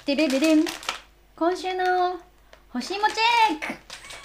てれれれん。今週の干し芋チェック。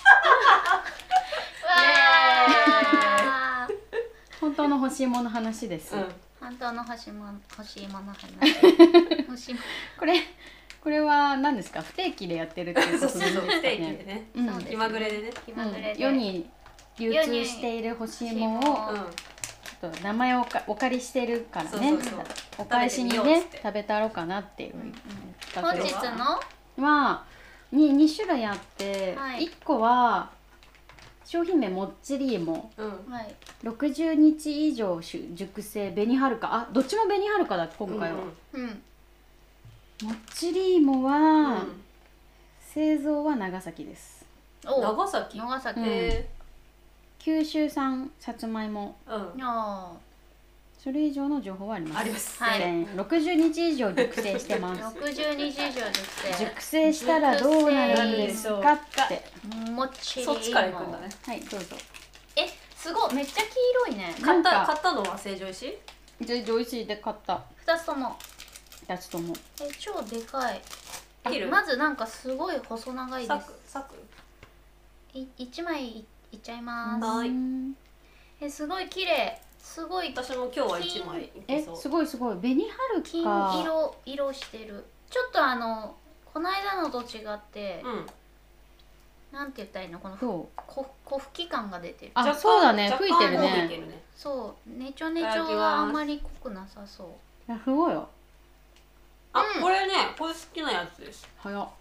わー本当の干し芋の話です。 本当の干し芋の話。干し芋。 これは何ですか？不定期でやってるっていうことですそう不定期でね。 ね。 うんそうですね気まぐれでね。 気まぐれで。 世に流通している干し芋をちうんょっと名前をお借りしてるからね。 そうそうそうお返しに食べてみようっつってね食べたろうかなっていう本日のは2種類あって、 はい 1個は商品名もっちり芋はい 60日以上熟成紅はるか、あ、どっちも紅はるかだ今回は、 うんもっちり芋は、製造は長崎です。 お長崎。 長崎。 九州産さつまいも、 あそれ以上の情報はあります。 あります。 はい 60日以上熟成してます。 60日以上です熟成したらどうなるんですかってもっちりそっちから行くんだね。 はい、どうぞ。 すごいめっちゃ黄色いね。 なんか買ったのは成城石。 じゃあ美味しいで買った 2つとも 2つとも。 超でかい。 切る。 まずなんかすごい細長いでサす。 クサク。 1枚いっちゃいます。 はいすごい綺麗。すごい私も今日は一枚いけそう。 すごいすごい紅はる金か色してる。ちょっとこの間のと違って、なんて言ったらいいの、このそう小吹き感が出てる。 あ、そうだね、 若干吹いてる吹いてね。 るね。 そうねちょねちょがあんまり濃くなさそう。 いやすごいよ。 あ、これね、これ好きなやつです。 早っ。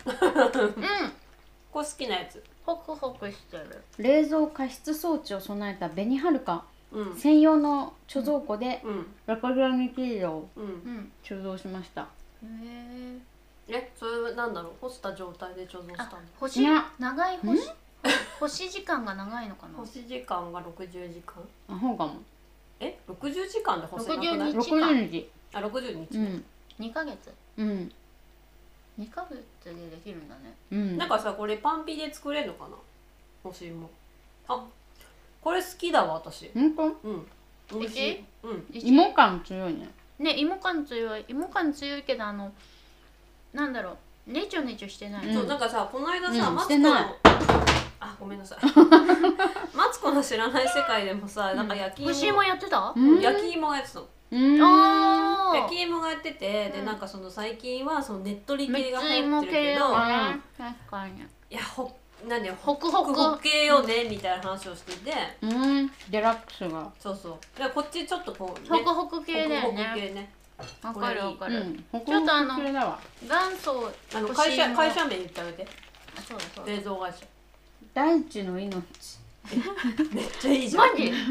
これ好きなやつ。 ホクホクしてる。 冷蔵加湿装置を備えた紅はるかうん。 専用の貯蔵庫でうん。 60日以上うん。 貯蔵しました。 へそれなんだろう、干した状態で貯蔵したんだ。 星な長い星時間が長いのかな。 干し時間が60時間。 あ、そうかも。 60時間で干せなくない？ 60 60日。 あ、60日ね。 うん 2ヶ月うん 2ヶ月でできるんだね。 うん。 なんかさ、これパンピで作れるのかな？干し芋。あ、これ好きだわ私。 ほんと？ うん。美味しい。うん。 芋感強いね。 ね、芋感強いけどなんだろう、ねちょねちょしてない。 そう、なんかさ、この間さ、マツコのしてないあ、ごめんなさい。マツコの知らない世界でもさ、なんか焼き芋、 干し芋やってた？ 焼き芋がやってたの。 あ焼き芋がやってて、でなんかその最近はそのねっとりめっ系がちゃ芋流行ってるけ系ど、 だね。確かに。 いやなんでホクホクホク系よねみたいな話をしてて、 デラックスが。 そうそう。でこっちちょっとこうホクホク系だよホクホクね。 系ね。 わかるわかる。 ちょっちょっと元祖元祖会社干し芋名言ってあげて。 あ、そうだそうだ。 冷蔵会社。 大地の命。 めっちゃいいじゃん。 マジで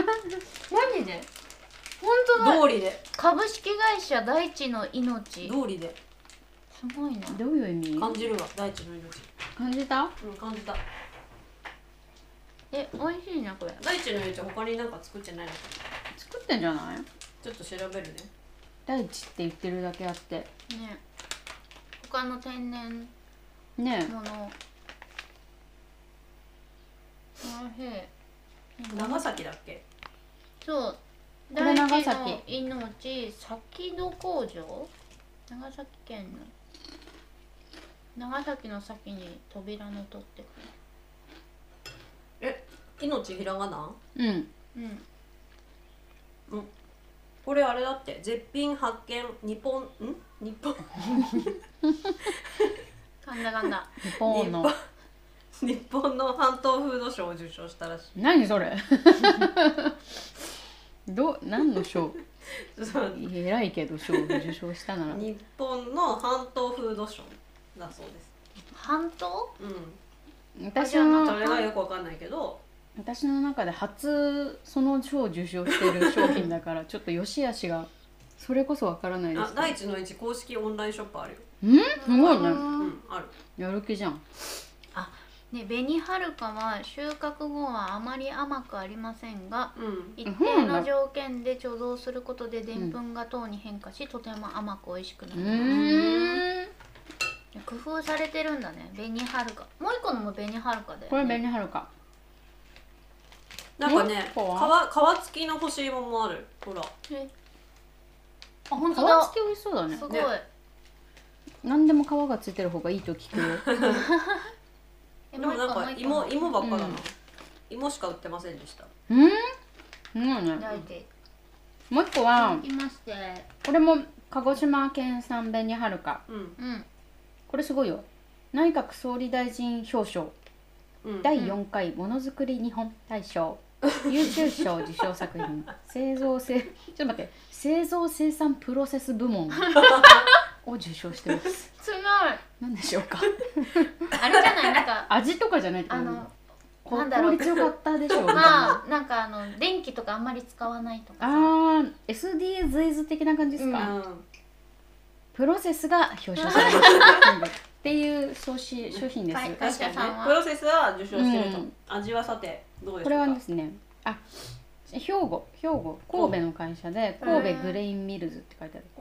本当だ。 道理で株式会社大地の命。 道理で。 すごいな。 どういう意味？ 感じるわ、大地の命。 感じた？ 感じた。 美味しいねこれ。 大地の命は他になんか作ってないのか作ってんじゃない？ な。ちょっと調べるね。 大地って言ってるだけあって。 ね。他の天然ねもの。おいしい。 長崎だっけ？ そう。 これ長崎大地の命先戸工場。長崎県の。長崎の先に扉の取ってく命ひらがな？ うん。 る。 これあれだって絶品発見日本日噛んだ。 本の。 日本の半島フード賞を受賞したらしい。 何それ？何の賞？偉いけど賞を受賞したなら。 日本の半島フード賞だそうです。 半島？ 私のそれがよくわかんないけど、 私の中で初その賞を受賞してる商品だからちょっと良し悪しがそれこそわからないです。 大地の市公式オンラインショップあるよ。 すごいね。 ある。 やる気じゃん。 ね、紅はるかは収穫後はあまり甘くありませんが、一そう定なんだの条件で貯蔵することででんぷんが糖に変化し、とても甘く美味しくなります。工夫されてるんだね、紅はるか。もう一個のも紅はるかだよね。 これ紅はるか。 なんかね、 ここは皮付きの干し芋もある。ほら。 あ、本当だ。 皮付き美味しそうだね。 すごい。 皮何でも皮がついてる方がいいと聞くよ。 でもなんか芋ばっかだな、 うん芋しか売ってませんでした。 うんうんね。 大体もう一個は続きましてこれも鹿児島県産紅はるか。 うんうんこれすごいよ。内閣総理大臣表彰うん第4回ものづくり日本大賞優秀賞受賞作品ちょっと待って、製造生産プロセス部門を受賞してます。 すごい。 何でしょうか。 あれじゃないなんか味とかじゃないと思う。 なんだろう効率よかったでしょう。 まあなんか電気とかあんまり使わないとかさ。 SDGs 的な感じですか、 うんプロセスが表彰されましたっていう商品です、 はい確かにね会社さんはプロセスは受賞してると、 うん味はさてどうでしょうか。 これはですね、兵庫神戸の会社で神戸グレインミルズって書いてある。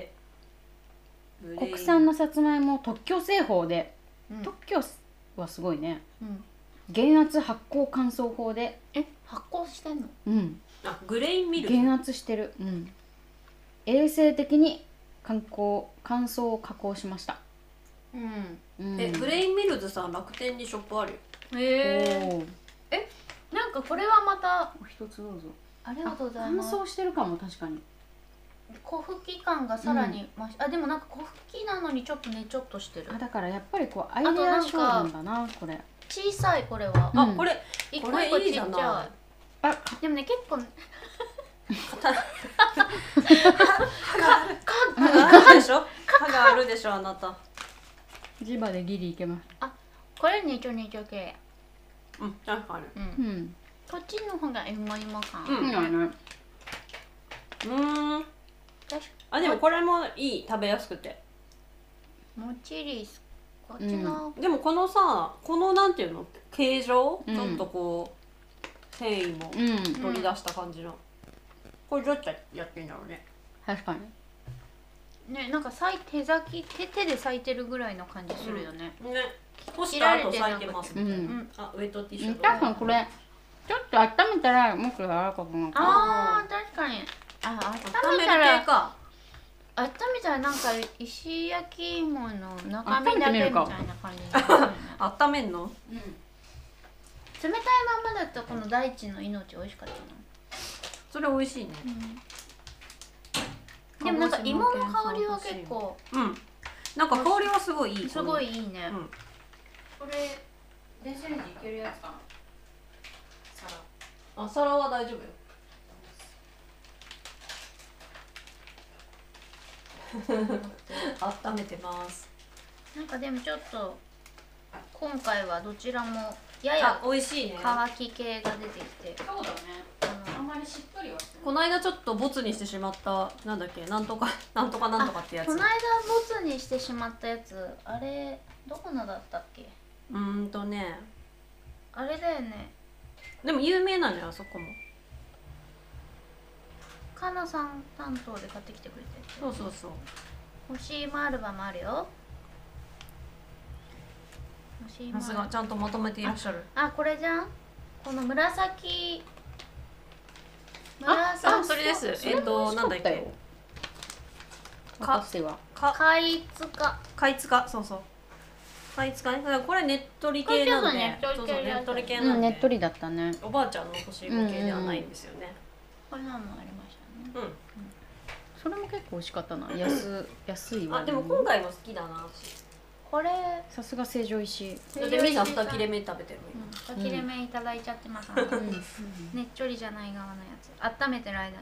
神戸国産のさつまいも特許製法で、 うん特許はすごいね。 うん減圧発酵乾燥法で、 発酵してんの？ あグレインミルク減圧してる、衛生的に乾燥を加工しました、 うん。 グレインミルズさん楽天にショップあるよ。 へえ。なんかこれはまたお一つどうぞ。 ありがとうござい乾ます。 燥してるかも確かに。 粉吹き感がさらに増し、でもなんか粉吹きなのにちょっとねちょっとしてる。 だからやっぱりアイデア商品だなこれ。 小さいこれは。 これ一個一個ちっちいいじゃゃないい。でもね結構歯があるでしょ。歯があるでしょあなた。 磁場でギリいけます。 これねちょ系。 ある。 こっちの方が芋感。 でもこれもいい、食べやすくて。 もっちりこっちの。 でもこのさ、このなんていうの形状、ちょっとこう繊維も取り出した感じの。これどうやってやってんだろうね。 確かにね、なんか手で裂いてるぐらいの感じするよね。 ね、干した後裂いてますみたいな。ウェットティッシュ。 確かにこれちょっと温めたらもっと柔らかくなる。 確かに。温め温めたらる系か。 温めたらなんか石焼き芋の中身だけみたいな感じになるよね。 温めんの？ 冷たいままだとこの大地の命美味しかったな。 それ美味しいね。 でもなんか芋の香りは結構なんか香りはすごいいい。 すごいいいね。 これ電子レンジいけるやつかな。 皿は大丈夫よ。温めてます。 なんかでもちょっと今回はどちらもやや美味しいね。 乾き系が出てきて。 そうだね。あんまりしっとりはしてない。 この間ちょっとボツにしてしまったなんだっけ、なんとかなんとかなんとかってやつ。 この間ボツにしてしまったやつ、あれどこのだったっけ？あれだよね。 でも有名なのよあそこも。 かなさん担当で買ってきてくれて。 そうそうそう。 欲しいマールバもあるよ。 さすがちゃんとまとめていらっしゃる。 これじゃん。この紫それです。なんだっけ。 私はかいつか。 かいつか、そうそう。かいつかね。だからこれねっとり系なんで。 ねっとり系なんで。 ねっとりだったね。 おばあちゃんの干し芋系ではないんですよね。 これなんもありましたね。 それも結構美味しかったな。安いわ。 でも今回も好きだな。 これさすが成城石井。 だってみんな2切れ目食べてるもん。2切れ目いただいちゃってます。ねっちょりじゃない側のやつ。温めてる間に。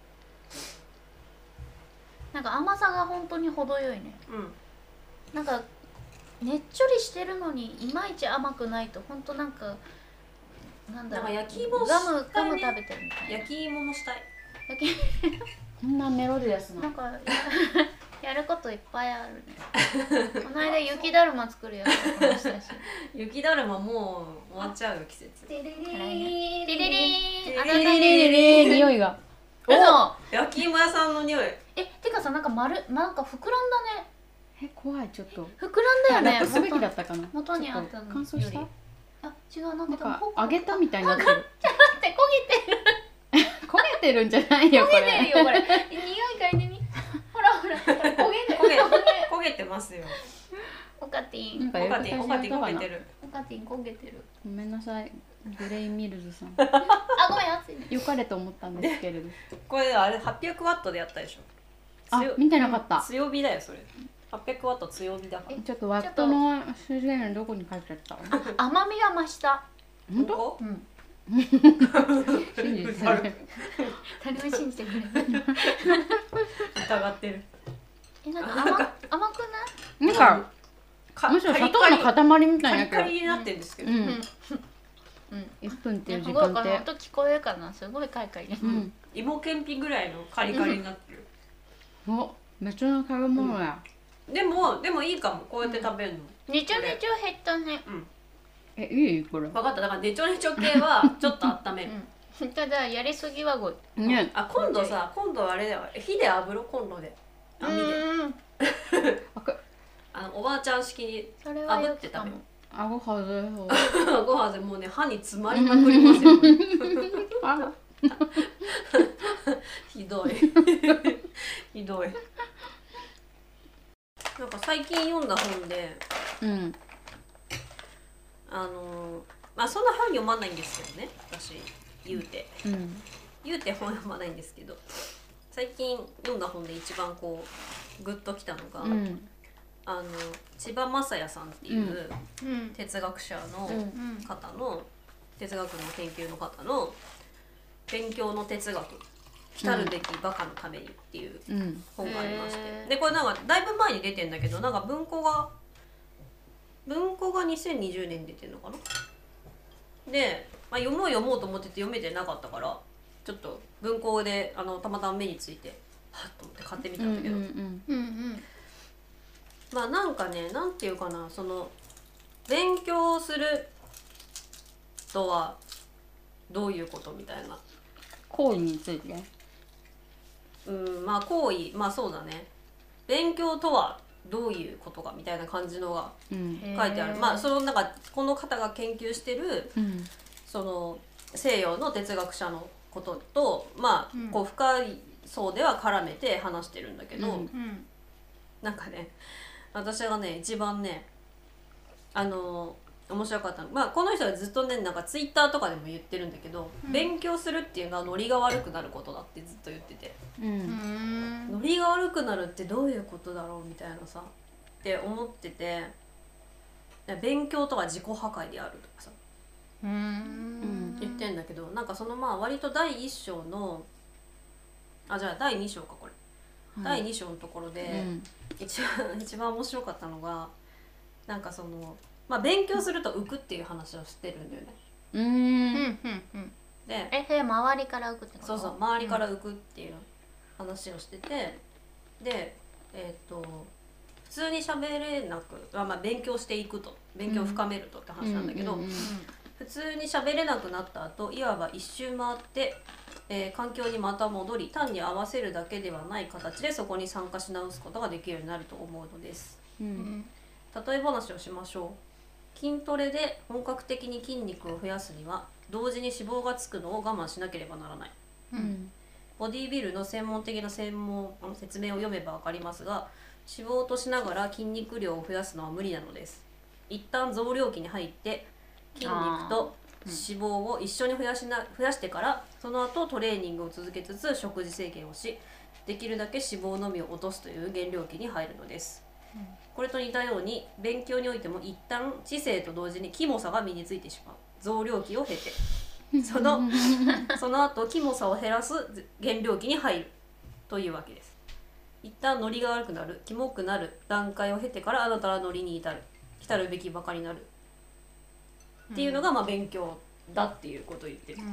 なんか甘さが本当に程よいね。なんかねっちょりしてるのにいまいち甘くないと本当なんかなんだろう。 焼き芋ガム食べてるみたいな。 焼き芋もしたい。 こんなメロディアスな。 なんかやることいっぱいあるね。この間雪だるま作るやつとかもしたし。 雪だるまもう終わっちゃうよ季節。 リリリリリリリ匂いが。 焼き芋屋さんの匂い。 てかさなんかなんか膨らんだね。 怖いちょっと。 膨らんだよね。 ラップすべきだったかな。 元にあったの。 乾燥した？ 違うなんか揚げたみたいになってる。 ちょっと待って焦げてる。 焦げてるんじゃないよこれ。 焦げてるよこれ。匂い嗅いでみ。ほら焦げてる。 焦げてます。 ますよ。 オカティンなんかオカティンやり方焦げてる。 オカティン焦げてる。 ごめんなさい、グレイミルズさん。 あ、ごめん、熱いね。 良かれと思ったんですけれど。 これあれ800ワットでやったでしょ。 あ、見てなかった。 強火だよそれ。800ワット強火だから。 ちょっとワットの数字のどこに書いてあった？ 甘みが増した。 本当？ うん。 信じてる。 誰も信じてくれない。 疑ってる。 なんか甘くない？ なんかむしろ砂糖の塊みたいなカリカリになってるんですけど。 うん。1分っていう時間って。 音聞こえるかな？すごいカリカリ。 芋けんぴぐらいのカリカリになってる。 お、別の食べ物や。 でもいいかも、こうやって食べるの。 ねちょねちょ減ったね。 いいこれ。 分かった、だからねちょねちょ系はちょっと温める。 ただやりすぎはね。 あ、今度あれだよ、火で炙ろ、コンロで網でおばあちゃん式に炙って食べる。 顎外れそう。 ご飯でもうね、歯に詰まりまくりますよ。ひどいひどい。なんか最近読んだ本で、まあそんな本読まないんですけどね、私言うて本読まないんですけど、最近読んだ本で一番こうグッときたのが、千葉雅也さんっていう哲学者の方の、哲学の研究の方の勉強の哲学、来たるべきバカのためにっていう本がありまして、でこれなんかだいぶ前に出てんだけど、なんか文庫が2020年に出てんのかな。で、まあ、読もうと思ってて読めてなかったから、ちょっと文庫でたまたま目についてはっと思って買ってみたんだけど、まあなんかね、なんていうかな、その勉強するとはどういうことみたいな行為について。 まあ行為、まあそうだね、勉強とはどういうことかみたいな感じのが書いてある。まあそのなんかこの方が研究してる、その西洋の哲学者のことと、まあこう深い層では絡めて話してるんだけど、なんかね、私がね一番ね面白かったの、まあこの人はずっとね、なんかツイッターとかでも言ってるんだけど、勉強するっていうのはノリが悪くなることだってずっと言ってて、ノリが悪くなるってどういうことだろうみたいなさって思ってて、勉強とは自己破壊であるとかさ言ってんだけど、なんかそのまあ割と第一章のじゃあ第2章かこれ、第2章のところで、一番面白かったのが、なんかそのまあ勉強すると浮くっていう話をしてるんだよね。で、 それ周りから浮くってこと？ そうそう、周りから浮くっていう話をしてて、で普通に喋れなく、まあ勉強していくと、勉強を深めるとって話なんだけど、普通に喋れなくなった後、いわば一周回って、環境にまた戻り、単に合わせるだけではない形でそこに参加し直すことができるようになると思うのです。例え話をしましょう。筋トレで本格的に筋肉を増やすには同時に脂肪がつくのを我慢しなければならない。ボディビルの専門的な説明を読めば分かりますが、脂肪としながら筋肉量を増やすのは無理なのです。一旦増量期に入って筋肉と脂肪を一緒に増やしてから、その後トレーニングを続けつつ食事制限をし、できるだけ脂肪のみを落とすという減量期に入るのです。これと似たように勉強においても一旦知性と同時にキモさが身についてしまう。増量期を経てその後キモさを減らす減量期に入るというわけです。一旦ノリが悪くなる、キモくなる段階を経てから、あなたはノリに来たるべきばかりになるっていうのが、まあ勉強だっていうことを言ってる。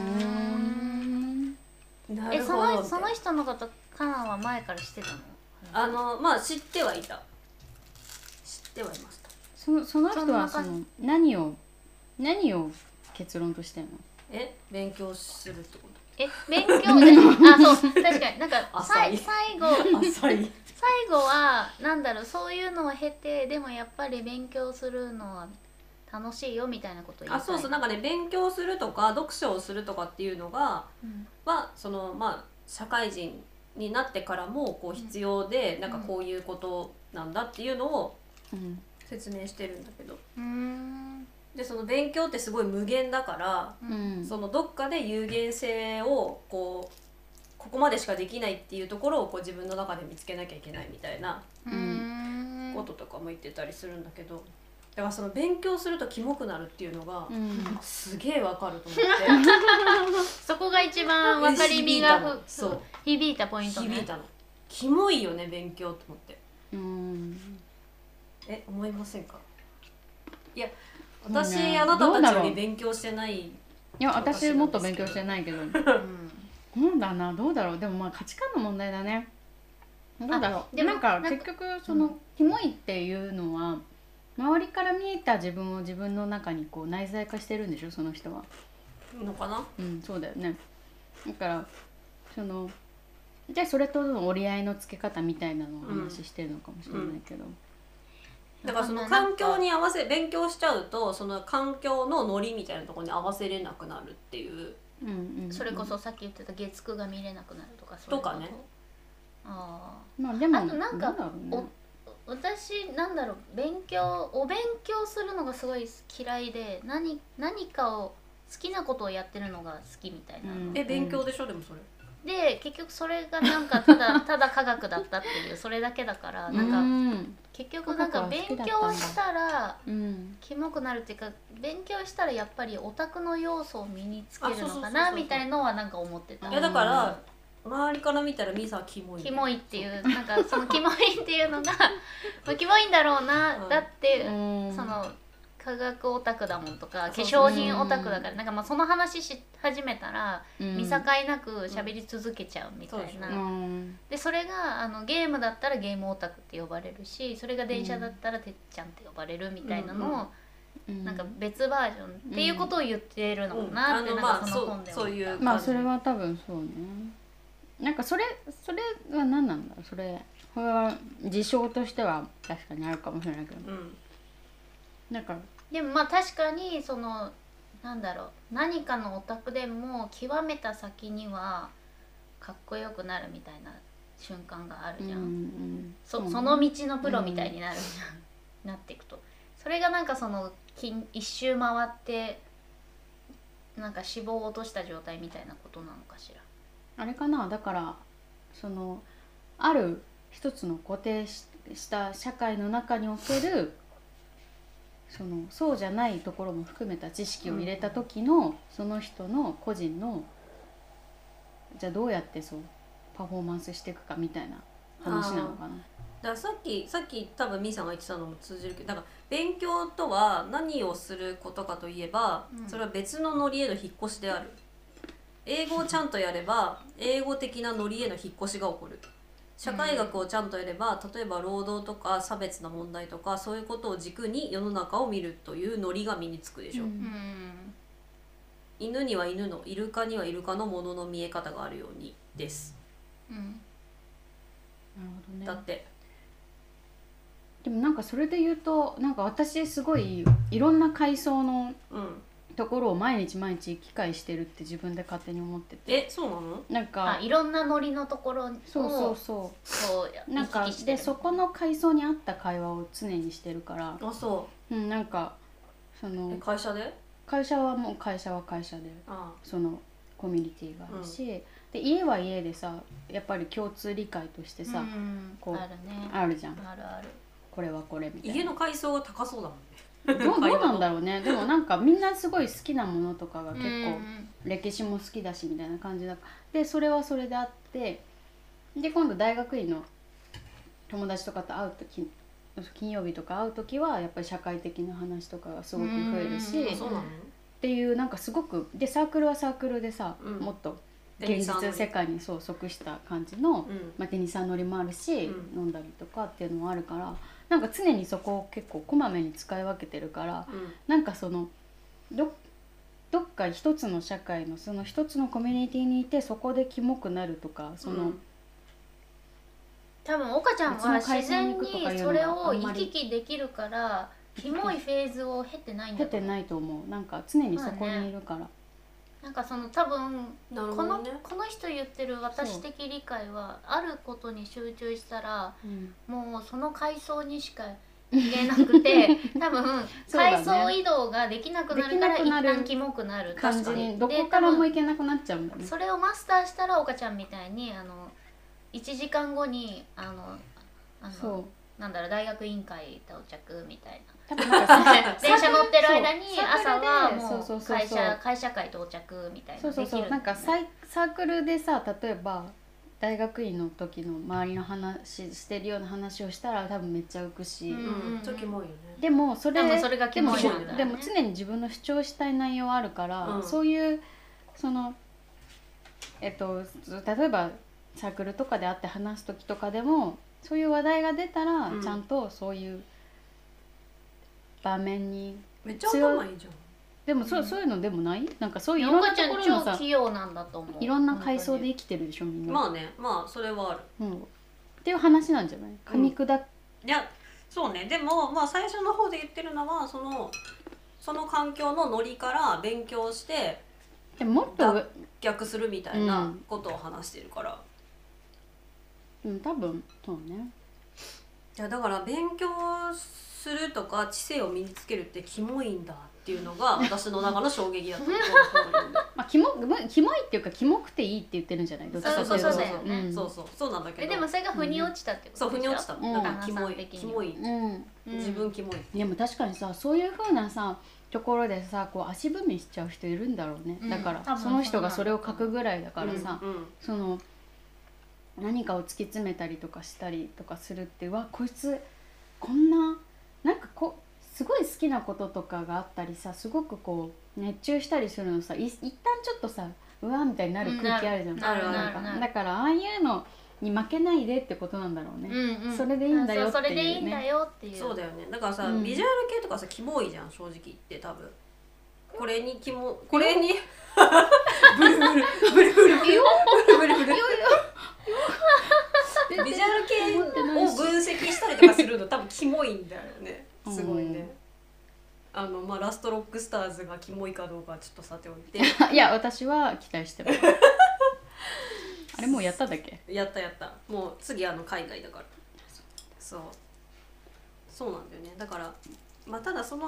なるほど。 その人のことカナンは前から知ってたの？ まあ知ってはいた。知ってはいました。 その人はその何を結論としてるの？ 勉強するってこと？ 勉強でそう確かになんか最後はなんだろう、そういうのを経て、でもやっぱり勉強するのは楽しいよみたいなことを言いたい。 そうそう、なんかね、勉強するとか読書をするとかっていうのが、そのまあ社会人になってからもこう必要で、なんかこういうことなんだっていうのを説明してるんだけど、でその勉強ってすごい無限だから、そのどっかで有限性をここまでしかできないっていうところをこう自分の中で見つけなきゃいけないみたいなこととかも言ってたりするんだけど、だからその勉強するとキモくなるっていうのがすげえわかると思ってそこが一番分かりみが響いたポイントね。 響いたの。キモいよね勉強と思って。思いませんか？いや私、あなたたちより勉強してない。 いや私もっと勉強してないけどそうだな、どうだろう。でもまあ価値観の問題だね。どうだろう。なんか結局そのキモいっていうのは周りから見えた自分を自分の中にこう内在化してるんでしょ、その人は。 のかな。 そうだよね。だからそのじゃあそれとの折り合いのつけ方みたいなのを話してるのかもしれないけど、 だからその環境に合わせ勉強しちゃうとその環境のノリみたいなところに合わせれなくなるっていう、 それこそさっき言ってた月9が見れなくなるとかとかね。 まあでもあとなんか私なんだろう、お勉強するのがすごい嫌いで、何かを好きなことをやってるのが好きみたいなの、 勉強でしょ。でもそれで結局それがなんかただ科学だったっていうそれだけだから、なんか結局なんか勉強したらキモくなるっていうか、勉強したらやっぱりオタクの要素を身につけるのかなみたいのはなんか思ってた。 いやだから周りから見たらミサはキモい、 キモいっていうなんかそのキモいっていうのがキモいんだろうな、だってその科学オタクだもんとか化粧品オタクだから、なんかまあその話し始めたら見境なく喋り続けちゃうみたいな、でそれがゲームだったらゲームオタクって呼ばれるし、それが電車だったらてっちゃんって呼ばれるみたいなのをなんか別バージョンっていうことを言ってるのかなって、なんかその本で思った。 まあそれは多分そうね。なんかそれは何なんだろう。これは事象としては確かにあるかもしれないけど、なんかでもまあ確かにそのなんだろう、何かのオタクでも極めた先にはかっこよくなるみたいな瞬間があるじゃん、その道のプロみたいになるじゃん、なっていくとそれがなんかその一周回ってなんか脂肪を落とした状態みたいなことなのかしら。 あれかな。だからそのある一つの固定した社会の中におけるそうじゃないところも含めた知識を入れた時の、その人の個人のじゃあどうやってパフォーマンスしていくかみたいな話なのかな。 だからさっき多分ミーさんが言ってたのも通じるけど、だから勉強とは何をすることかといえば、それは別のノリへの引っ越しである。英語をちゃんとやれば英語的なノリへの引っ越しが起こる。社会学をちゃんとやれば、例えば労働とか差別の問題とかそういうことを軸に世の中を見るというノリが身につくでしょ、犬には犬の、イルカにはイルカのものの見え方があるようにです、 なるほどね。 だってでもなんかそれで言うと、なんか私すごいいろんな階層のところを毎日機械してるって自分で勝手に思ってて。 そうなの？ なんかいろんなノリのところをそうなんかでそこの階層に合った会話を常にしてるから。なんか会社はもう会社は会社でそのコミュニティがあるし、で家は家でさ、やっぱり共通理解としてさ、こうあるじゃん。これはこれみたいな。 家の階層が高そうだもんね。 どうなんだろうね。でもなんかみんなすごい好きなものとかが結構歴史も好きだしみたいな感じだで、それはそれであって、で今度大学院の友達とかと会うとき、金曜日とか会うときはやっぱり社会的な話とかがすごく増えるし、っていうなんかすごくでサークルはサークルでさ、もっと現実世界に即した感じの、テニサー乗りもあるし、飲んだりとかっていうのもあるから。なんか常にそこを結構こまめに使い分けてるから、なんかどっか一つの社会のその一つのコミュニティにいてそこでキモくなるとか、 多分岡ちゃんは自然にそれを行き来できるからキモいフェーズを経てないんだと思う。 経てないと思う。なんか常にそこにいるから、 なんかその多分なるほこのどね。 人言ってる私的理解はあることに集中したらもうその階層にしか入れなくて多分そうだね階層移動ができなくなるから一できなくなる旦キモくなる感じにどでこからも行けなくなっちゃうんだね。 それをマスターしたら岡ちゃんみたいに1時間後にそうなんだろう大学委員会到着みたい多分なんかな電車乗ってる間にそう朝はもそうそううそうそう会社会到着みたいなそうそうそう、なんかサークルでさ、例えば大学院の時の周りの話してるような話をしたら多分めっちゃ浮くし、 うん、ちょっとキモいよね。 でもそれがキモいなんだよね。 でも常に自分の主張したい内容はあるから、 うんそういうその例えばサークルとかで会って話す時とかでもそういう話題が出たら、 うんちゃんとそういう場面にめっちゃ頭いいじゃん。 でもそういうのでもない？なんかそういういろんなと岡ちゃんころのさ超器用なんだと思う。 いろんな階層で生きてるでしょみんな。 まあね、まあそれはある。 っていう話なんじゃない？噛み砕いや、そうね。でもまあ最初の方で言ってるのはその環境のノリから勉強してでももっと逆するみたいなことを話してるから。 多分そうね。 いやだから勉強するとか知性を身につけるってキモいんだっていうのが私の中の衝撃だった。 まあキモいっていうかキモくていいって言ってるんじゃない？どっちかっていうとそうだよねそうなんだけど。 でもそれが腑に落ちたってことそう腑に落ちた。だからキモいうん自分キモい。 でも確かにさそういう風なさところでさこう足踏みしちゃう人いるんだろうね。だからその人がそれを書くぐらいだからさ、その何かを突き詰めたりとかしたりとかするってこいつこんななんかすごい好きなこととかがあったりさすごくこう熱中したりするのさ一旦ちょっとさうわみたいになる空気あるじゃん。だからああいうのに負けないでってことなんだろうね。それでいいんだよっていうね。 それでいいんだよっていう。 そうだよね。だからさビジュアル系とかさキモいじゃん正直言って多分。これにこれにブルブルブルブルブルブルビジュアル系を分析したりとかするの多分キモいんだよね。すごいね。まあラストロックスターズがキモいかどうかはちょっとさておいて。 いや私は期待してます。あれもうやったんだっけ？ やった。もう次海外だから。そうなんだよね。だからまあただそ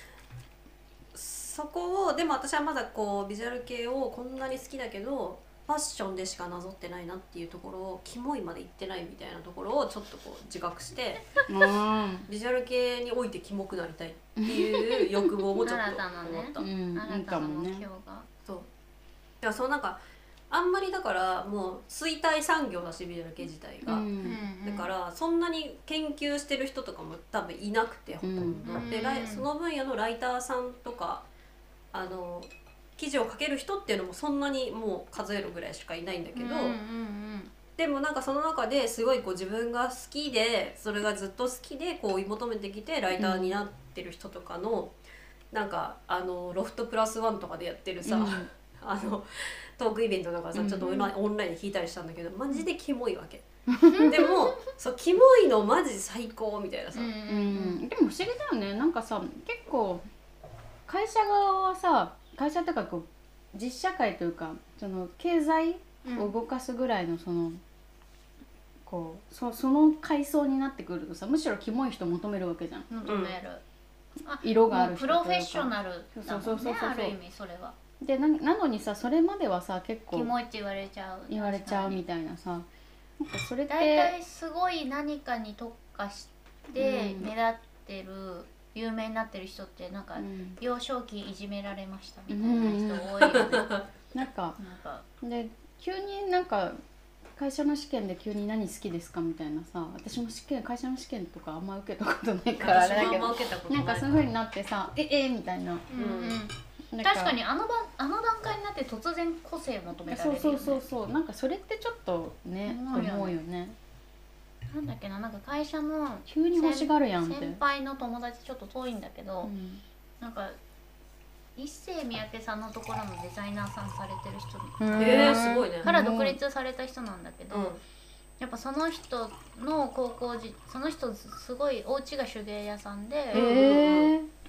こをでも私はまだこうビジュアル系をこんなに好きだけどファッションでしかなぞってないなっていうところをキモいまで言ってないみたいなところをちょっとこう自覚してビジュアル系においてキモくなりたいっていう欲望もちょっと思った。 新たな目標が。 そう。いやそうなんかあんまりだからもう衰退産業だしビジュアル系自体が、だからそんなに研究してる人とかも多分いなくてほとんど、でその分野のライターさんとか記事を書ける人っていうのもそんなにもう数えるぐらいしかいないんだけど、でもなんかその中ですごいこう自分が好きでそれがずっと好きでこう追い求めてきてライターになってる人とかの、なんかロフトプラスワンとかでやってるさ、トークイベントだからさ、ちょっとオンラインで聞いたりしたんだけどマジでキモいわけ。でもそうキモいのマジ最高みたいなさ。 でも不思議だよね。なんかさ結構会社側はさ会社とかこう実社会というかその経済を動かすぐらいのその、こうその階層になってくるとさむしろキモい人求めるわけじゃん。 求める。 色がある人というかプロフェッショナルだもんねある意味それは。 でなのにさそれまではさ結構キモいって言われちゃうみたいなさ、なんかそれって大体すごい何かに特化して目立ってる、有名になってる人ってなんか、幼少期いじめられましたみたいな人多いよね。 なんかで急になんか会社の試験で急に何好きですかみたいなさ、私も会社の試験とかあんま受けたことないからあれだけど、なんかそういう風になってさみたいな。 確かにあの段階になって突然個性求められるよね。 そうなんかそれってちょっとね思うよね。 なんだっけな、なんか会社の急に欲しがるやんって先輩の友達ちょっと遠いんだけど、なんか一世三宅さんのところのデザイナーさんされてる人すごいねから独立された人なんだけど、やっぱその人のその人すごいお家が手芸屋さんで、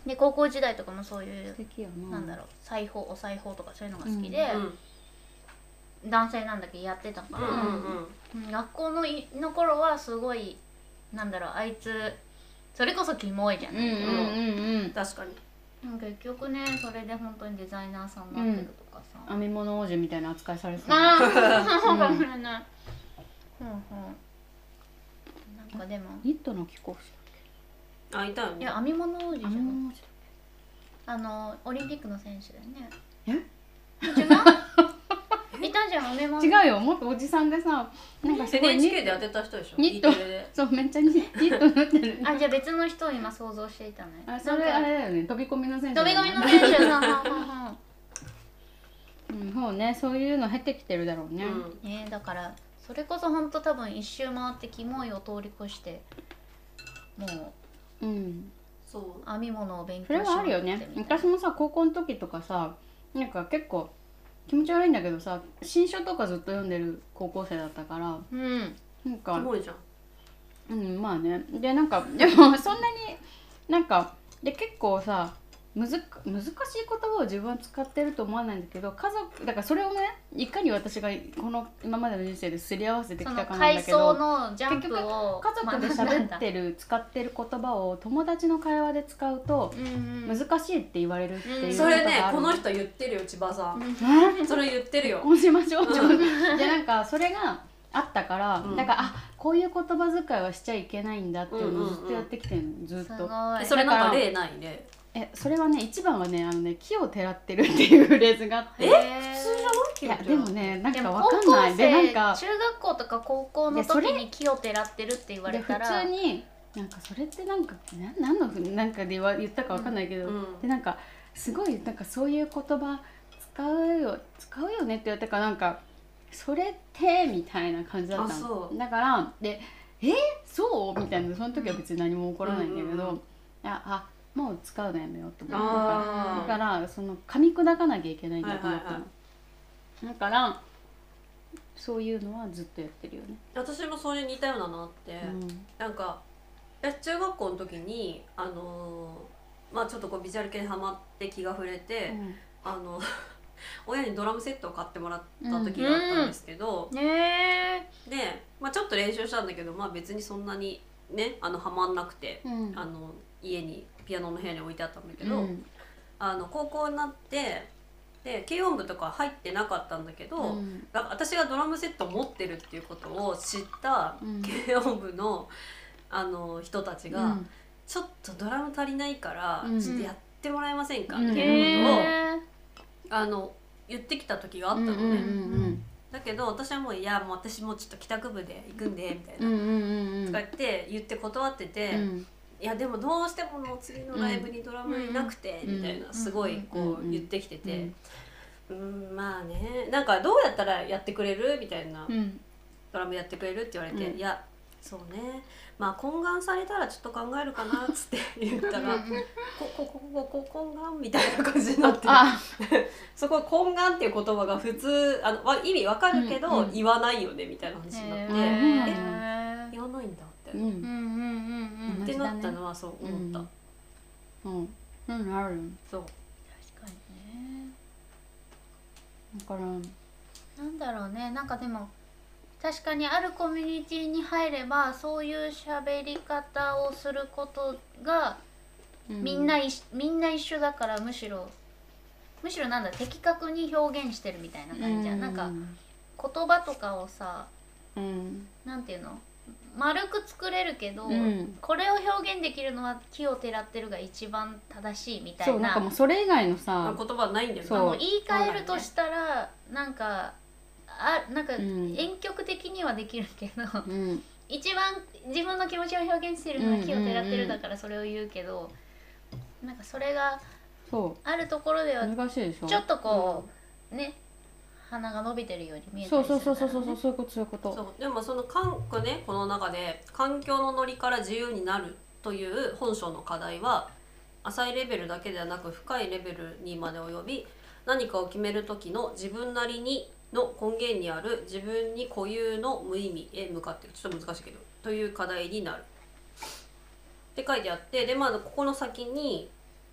で高校時代とかもそういう素敵やな。 なんだろうお裁縫とかそういうのが好きで、男性なんだけどやってたから、学校の頃はすごいなんだろうあいつそれこそキモいじゃないけど、 確かに結局ねそれで本当にデザイナーさんになってるとかさ、 編み物王子みたいな扱いされてた。 ああそうかもしれない。なんかでもニットの貴公子だっいたよね。 いや編み物王子じけ？ ゃん。 編み物王子オリンピックの選手だよね。 え？ 違う？いたじゃん編み物。 違うよ、もっとおじさんでさ、なんかすごい NHK でやってた人でしょ。 ニット E テレでそうめっちゃニット縫ってる。 あじゃあ別の人を今想像していたね。 あそれあれだよね、飛び込みの選手。 飛び込みの選手さん。 そうね、そういうの経てきてるだろうね。 だからそれこそ本当多分一周回ってキモいを通り越してもうそう編み物を勉それ強しようってはあるよね。私もさ高校の時とかさ、なんか結構気持ち悪いんだけどさ、新書とかずっと読んでる高校生だったから、なんかキモいじゃん。 まあね。でなんかでもそんなになんかで結構さ難しい言葉を自分は使ってると思わないんだけど、家族だからそれをねいかに私がこの今までの人生ですり合わせてきたかなんだけど、 その階層のジャンプを家族で喋ってる使ってる言葉を友達の会話で使うと難しいって言われるっていうことそがある。 れねこの人言ってるよ千葉さん。それ言ってるよ。 こうしましょう。でなんかそれがあったから、だからこういう言葉遣いはしちゃいけないんだっていうのをずっとやってきてるの、ずっと。 それなんか例ないね。 それはね一番はね木をてらってるっていうフレーズがあって。 普通じゃない？ いやでもねなんかわかんない。でなんか中学校とか高校の時に木をてらってるって言われたら普通になんかそれってなんか何のなんかで言ったかわかんないけど、でなんかすごいなんかそういう言葉使うよねって言ったからなんかそれってみたいな感じだったの。だからでそうみたいな、その時は別に何も起こらないんだけど、もう使うのやめようと思って、だからその噛み砕かなきゃいけないんだと思ったの。だからそういうのはずっとやってるよね。 私もそれ似たようなのあって、なんか中学校の時にまあちょっとこうビジュアル系にハマって気が触れて、親にドラムセットを買ってもらった時があったんですけど、で、まあ、ちょっと練習したんだけど、まあ、別にそんなにねハマんなくて、家にピアノの部屋に置いてあったんだけど、高校になってで軽音部とか入ってなかったんだけど、私がドラムセットを持ってるっていうことを知った軽音部の、人たちが、ちょっとドラム足りないからちょっとやってもらえませんか、みたいなことを言ってきた時があったのね。だけど私はもういやもう私もちょっと帰宅部で行くんでみたいなとか言って断ってて、いやでもどうしてももう次のライブにドラムいなくてみたいなすごいこう言ってきてて、まあねなんかどうやったらやってくれるみたいな、ドラムやってくれるって言われて、いやそうねまあ懇願されたらちょっと考えるかなっつって言ったら懇願みたいな感じになってそこ懇願っていう言葉が普通意味わかるけど言わないよねみたいな話になって言わないんだってってなったのはそう思った。 ある。 そう確かにね。 だからなんだろうね、なんかでも確かにあるコミュニティに入ればそういう喋り方をすることがみんな一緒だから、むしろなんだ的確に表現してるみたいな感じじゃん。なんか言葉とかをさ、なんていうの丸く作れるけど、これを表現できるのは木をてらってるが一番正しいみたいな。 そうなんかもうそれ以外のさ言葉ないんだよね。 もう言い換えるとしたらなんか婉曲的にはできるけど、一番自分の気持ちを表現してるのは木をてらってるだからそれを言うけど、なんかそれがあるところでは難しいでしょ。 ちょっとこうね鼻が伸びてるように見えたりするからね。 そういうこと。 そうでもそのねこの中で環境のノリから自由になるという本書の課題は浅いレベルだけではなく深いレベルにまで及び、何かを決める時の自分なりにの根源にある自分に固有の無意味へ向かってる、ちょっと難しいけどという課題になるって書いてあって、でまあここの先に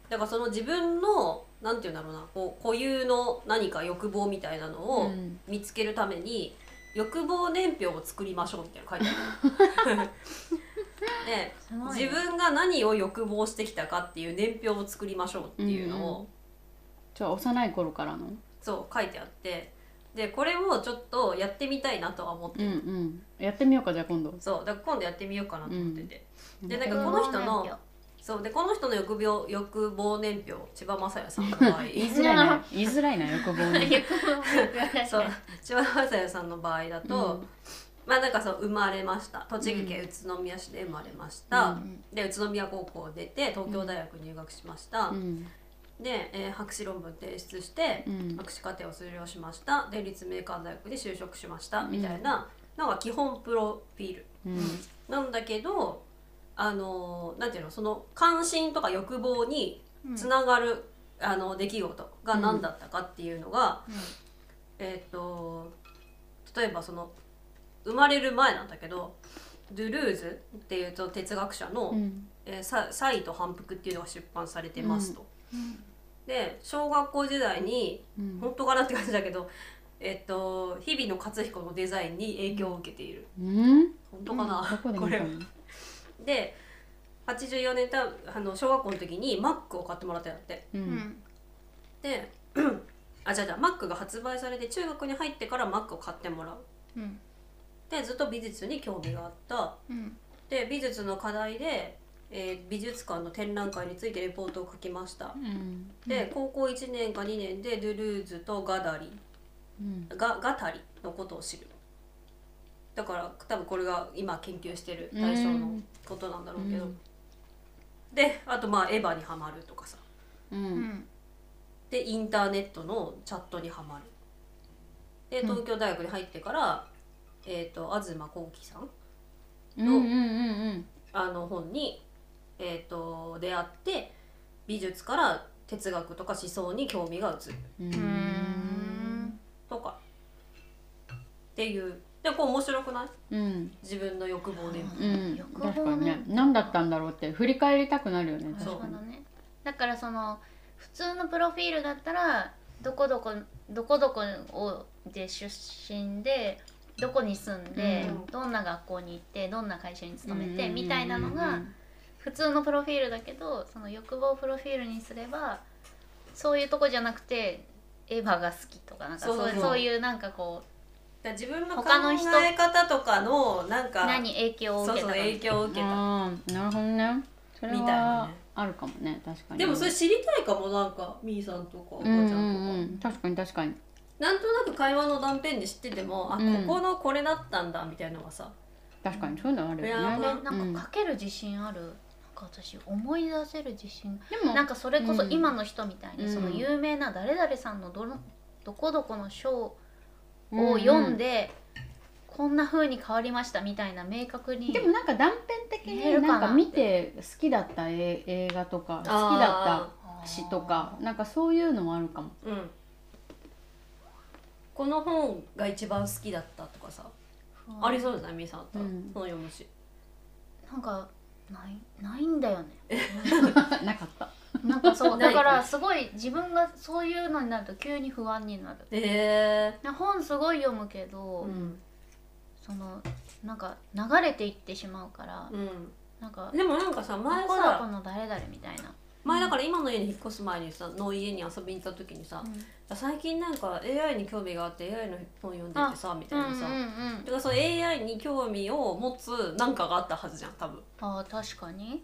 だからその自分のなんていうんだろうな、こう固有の何か欲望みたいなのを見つけるために、欲望年表を作りましょうみたいなの書いてあるで、自分が何を欲望してきたかっていう年表を作りましょうっていうのを、 幼い頃からのそう書いてあって、でこれをちょっとやってみたいなとは思ってる、 やってみようか、じゃあ今度。 そうだから今度やってみようかなと思ってて、でなんかこの人のこの人の欲望年表、千葉雅也さんの場合言いづらいな欲望年表そう千葉雅也さんの場合だと、まあなんか生まれました、栃木県宇都宮市で生まれました、で宇都宮高校を出て東京大学入学しました、で、博士論文提出して、博士課程を卒業しました、で立命館大学で就職しました、みたいなのが基本プロフィール、なんだけどなんていうの、その関心とか欲望につながる、出来事が何だったかっていうのが、例えばその生まれる前なんだけど、ドゥルーズっていうと哲学者の「サイと反復」っていうのが出版されてますと。で小学校時代に、本当かなって感じだけど、日比野勝彦のデザインに影響を受けている、本当かな、これは。で84年小学校の時にマックを買ってもらったんだって、でじゃあマックが発売されて中学に入ってからマックを買ってもらう、でずっと美術に興味があった、で美術の課題で、美術館の展覧会についてレポートを書きました、で高校1年か2年でドゥルーズとガタリのことを知る。だから多分これが今研究してる対象のことなんだろうけど、であとエヴァにハマるとかさ、でインターネットのチャットにハマる。で東京大学に入ってから、東幸輝さんの、本に、出会って美術から哲学とか思想に興味が移る、とかっていう。でこう面白くない？自分の欲望で、 確かにね、何だったんだろうって振り返りたくなるよね。 そうだね。だからその普通のプロフィールだったらどこどこで出身でどこに住んで、どんな学校に行ってどんな会社に勤めてみたいなのが普通のプロフィールだけど、その欲望プロフィールにすればそういうとこじゃなくてエヴァが好きとか、なんかそういうなんかこう。 自分の考え方とかのなんか何影響を受けたか、 影響を受けた、 なるほどね。それはあるかもね、確かに。 でもそれ知りたいかも、なんかみーさんとかおばちゃんとか、 確かに確かに。 なんとなく会話の断片で知ってても、ここのこれだったんだみたいなのがさ、 確かにそういうのあるよね。 なんか書ける自信ある。なんか私思い出せる自信。でもなんかそれこそ今の人みたいに、その有名な誰々さんのどこどこの章を読んで、こんな風に変わりましたみたいな明確に。 でもなんか断片的になんか見て好きだった映画とか好きだった詩とか、なんかそういうのもあるかも。 この本が一番好きだったとかさ、ありそうじゃない？みーさんだったら本読むし。 なんかないんだよね。 なかった。 なんかそうだからすごい自分がそういうのになると急に不安になる。本すごい読むけど、そのなんか流れていってしまうから、なんかでもなんかさ、前この誰々みたいな。 前だから今の家に引っ越す前にさ、の家に遊びに行った時にさ、最近なんか AI に興味があって AI の本読んでてさみたいなさ、だからその AI に興味を持つなんかがあったはずじゃん多分。 確かに。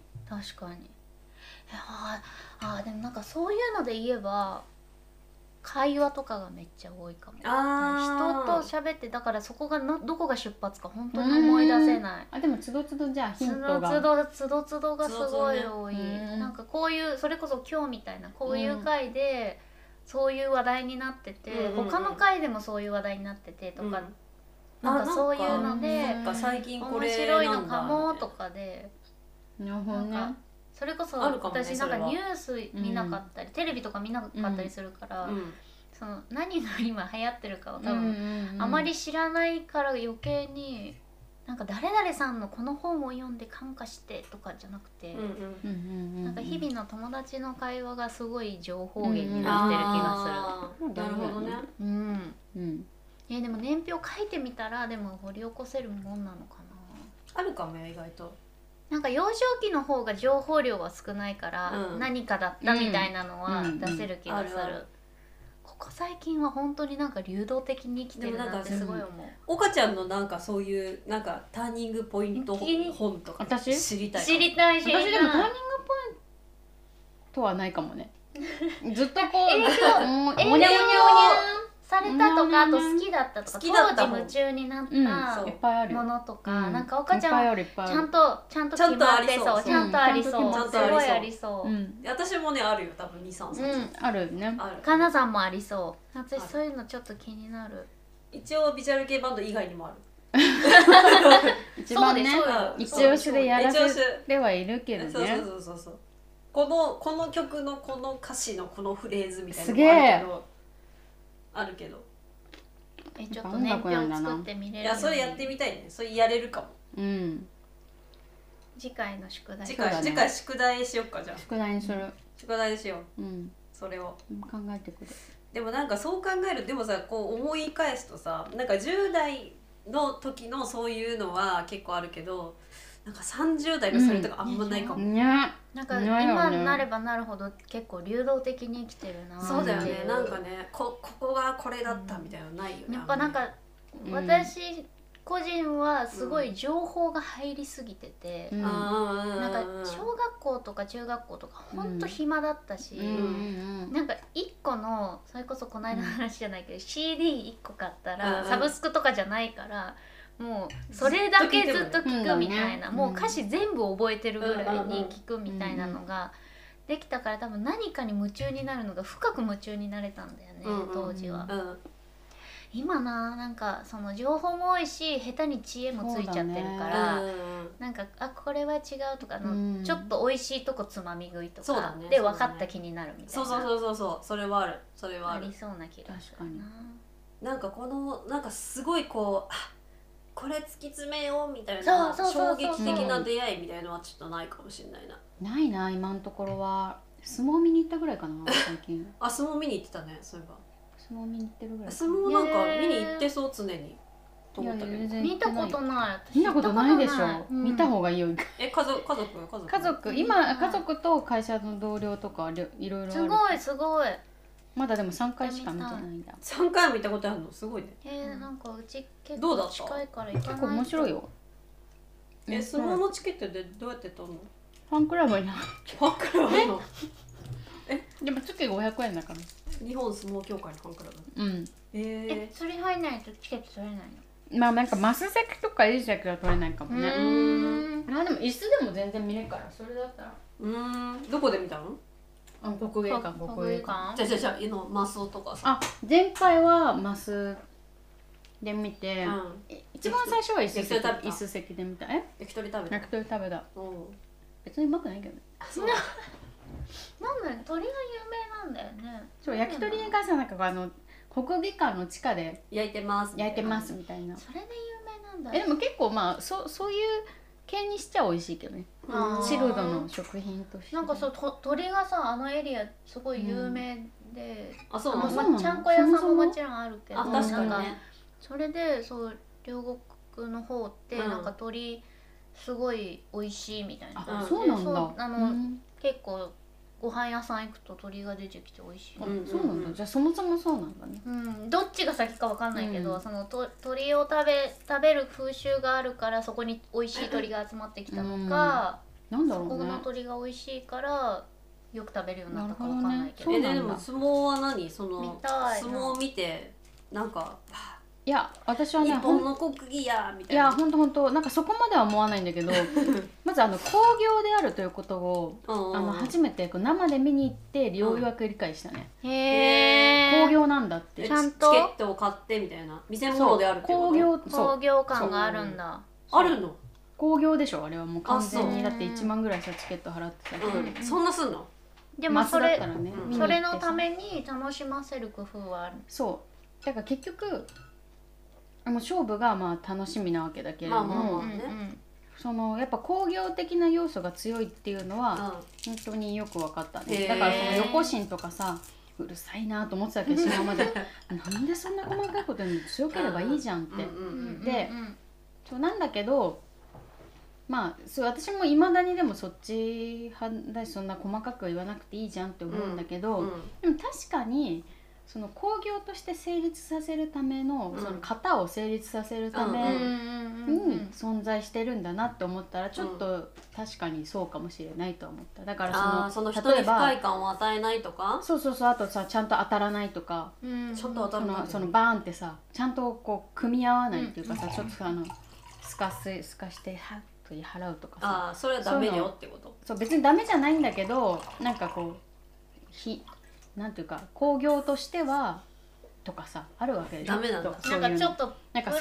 でもなんかそういうので言えば会話とかがめっちゃ多いかも。人と喋って、だからそこがどこが出発か本当に思い出せない。 でもつどつどじゃあヒントがつどつどがすごい多い。なんかこういうそれこそ今日みたいなこういう回でそういう話題になってて、他の回でもそういう話題になっててとか、なんかそういうので最近これ面白いのかもとかで、 なるほどね。 それこそ私なんかニュース見なかったり、テレビとか見なかったりするから、その何が今流行ってるかを多分あまり知らないから余計になんか誰々さんのこの本を読んで感化してとかじゃなくて、なんか日々の友達の会話がすごい情報源になってる気がする。 なるほどね。 でも年表書いてみたらでも掘り起こせるもんなのかな。あるかもよ意外と。 なんか幼少期の方が情報量は少ないから、何かだったみたいなのは出せる気がする。ここ最近は本当になんか流動的に生きてるなってすごい思う。 岡ちゃんのなんかそういうなんかターニングポイント本とか知りたい。 知りたい。 私でもターニングポイントはないかもね。ずっとこう影響されたとか、あと好きだったとか、当時夢中になったものとか、なんか岡ちゃんはちゃんと決まってそう、ちゃんとありそう、すごいありそう。 私もねあるよ、多分2、3冊。 あるね。 かなさんもありそう。私そういうのちょっと気になる。 一応ビジュアル系バンド以外にもある。 一番ね、一押しでやらせてはいるけどね。 そうこの曲のこの歌詞のこのフレーズみたいなのもあるけど、 ちょっと年表作ってみれる。 いやそれやってみたいね。それやれるかも。 次回の宿題。 次回宿題しよっか。じゃあ宿題にする。 宿題しよう。それを考えてくる。 でもなんかそう考える、でもさこう思い返すとさ、なんか10代の時のそういうのは結構あるけど、なんか30代のそれとかあんまないかも。 なんか今になればなるほど結構流動的に生きてるな。 そうだよね。なんかね、ここがこれだったみたいなのないよね。 やっぱなんか私個人はすごい情報が入りすぎてて、なんか小学校とか中学校とかほんと暇だったし、なんか1個のそれこそこの間の話じゃないけど CD1 個買ったらサブスクとかじゃないからもうそれだけずっと聞くみたいな、もう歌詞全部覚えてるぐらいに聞くみたいなのができたから、多分何かに夢中になるのが深く夢中になれたんだよね、当時は。今なんかその情報も多いし下手に知恵もついちゃってるから、なんかこれは違うとかの、ちょっと美味しいとこつまみ食いとかで分かった気になるみたいな。 そうそれはある。それはありそうな気がするな。なんかこのなんかすごいこうこれ突き詰めようみたいな衝撃的な出会いみたいのはちょっとないかもしれないな。 ないな、今のところは。相撲見に行ったぐらいかな最近。 相撲見に行ってたね。そういえば相撲見に行ってるぐらい。 相撲なんか見に行ってそう常にと思ったけど。 見たことない。 見たことないでしょ。見た方がいいよ。 家族今家族と会社の同僚とかいろいろある。 すごい。 まだでも3回しか見てないんだ。 3回も見たことあるのすごいね。 なんかうち結構近いから行かない。 結構面白いよ。 相撲のチケットでどうやって取るの？ ファンクラブに。 ファンクラブの？ でも月500円だから。 日本相撲協会のファンクラブ。 それ入んないとチケット取れないの？ まあなんかマス席とかいい席は取れないかもね。でも椅子でも全然見れるから、それだったら。 どこで見たの？ 国芸館。 じゃあマスオとかさ。 前回はマスで見て、一番最初は椅子席で見た。 焼き鳥食べた。 別にうまくないけどね。 なんだよ、鳥が有名なんだよね。 そう、焼き鳥がさ、なんか国技館の地下で焼いてますみたいな。 それで有名なんだ。 でも結構まあそういう系にしちゃ美味しいけどね。チルドの食品として。 なんか鳥がさ、あのエリアすごい有名で、 そうなの。ちゃんこ屋さんももちろんあるけど、 確かにね。 それで両国の方ってなんか鳥すごい美味しいみたいな。 そうなんだ。 結構ご飯屋さん行くと鳥が出てきて美味しい。 そうなんだ。じゃあそもそもそうなんだね。 どっちが先かわかんないけど、その鳥を食べる風習があるからそこに美味しい鳥が集まってきたのか、そこの鳥が美味しいからよく食べるようになったかわかんないけど。 でも相撲は何？相撲を見てなんか。 いや、私はね、 日本の国技やみたいな。 いや、ほんとなんかそこまでは思わないんだけどまず興行であるということを初めて生で見に行ってようやく理解したね。興行なんだって。 ちゃんとチケットを買ってみたいな見せ物であるってこと？ 興行感があるんだ。 あるの？ 興行でしょ、あれはもう完全に。だって1万ぐらいさチケット払ってたけど。 そんなすんの？ でもそれのために楽しませる工夫はある。 そうだから結局もう勝負がまあ楽しみなわけだけれども、そのやっぱ工業的な要素が強いっていうのは本当によく分かったね。だからその横心とかさ、うるさいなと思ってたけど今までなんでそんな細かいことに強ければいいじゃんって。でそうなんだけど、まあそう私もいまだにでもそっち派だし、そんな細かく言わなくていいじゃんって思うんだけど、でも確かにその工業として成立させるための、その型を成立させるために存在してるんだなって思ったらちょっと確かにそうかもしれないと思った。だからその人に不快感を与えないとか、 そうそうそう、あとさちゃんと当たらないとか、 ちょっと当たらない、 そのバーンってさちゃんとこう組み合わないっていうかさ、ちょっとさすかしてハッと払うとかさ、 それはダメよってこと。 そう別にダメじゃないんだけど、なんかこうなんていうか工業としてはとかさあるわけでしょ。 ダメなんだ。なんかちょっとプロレス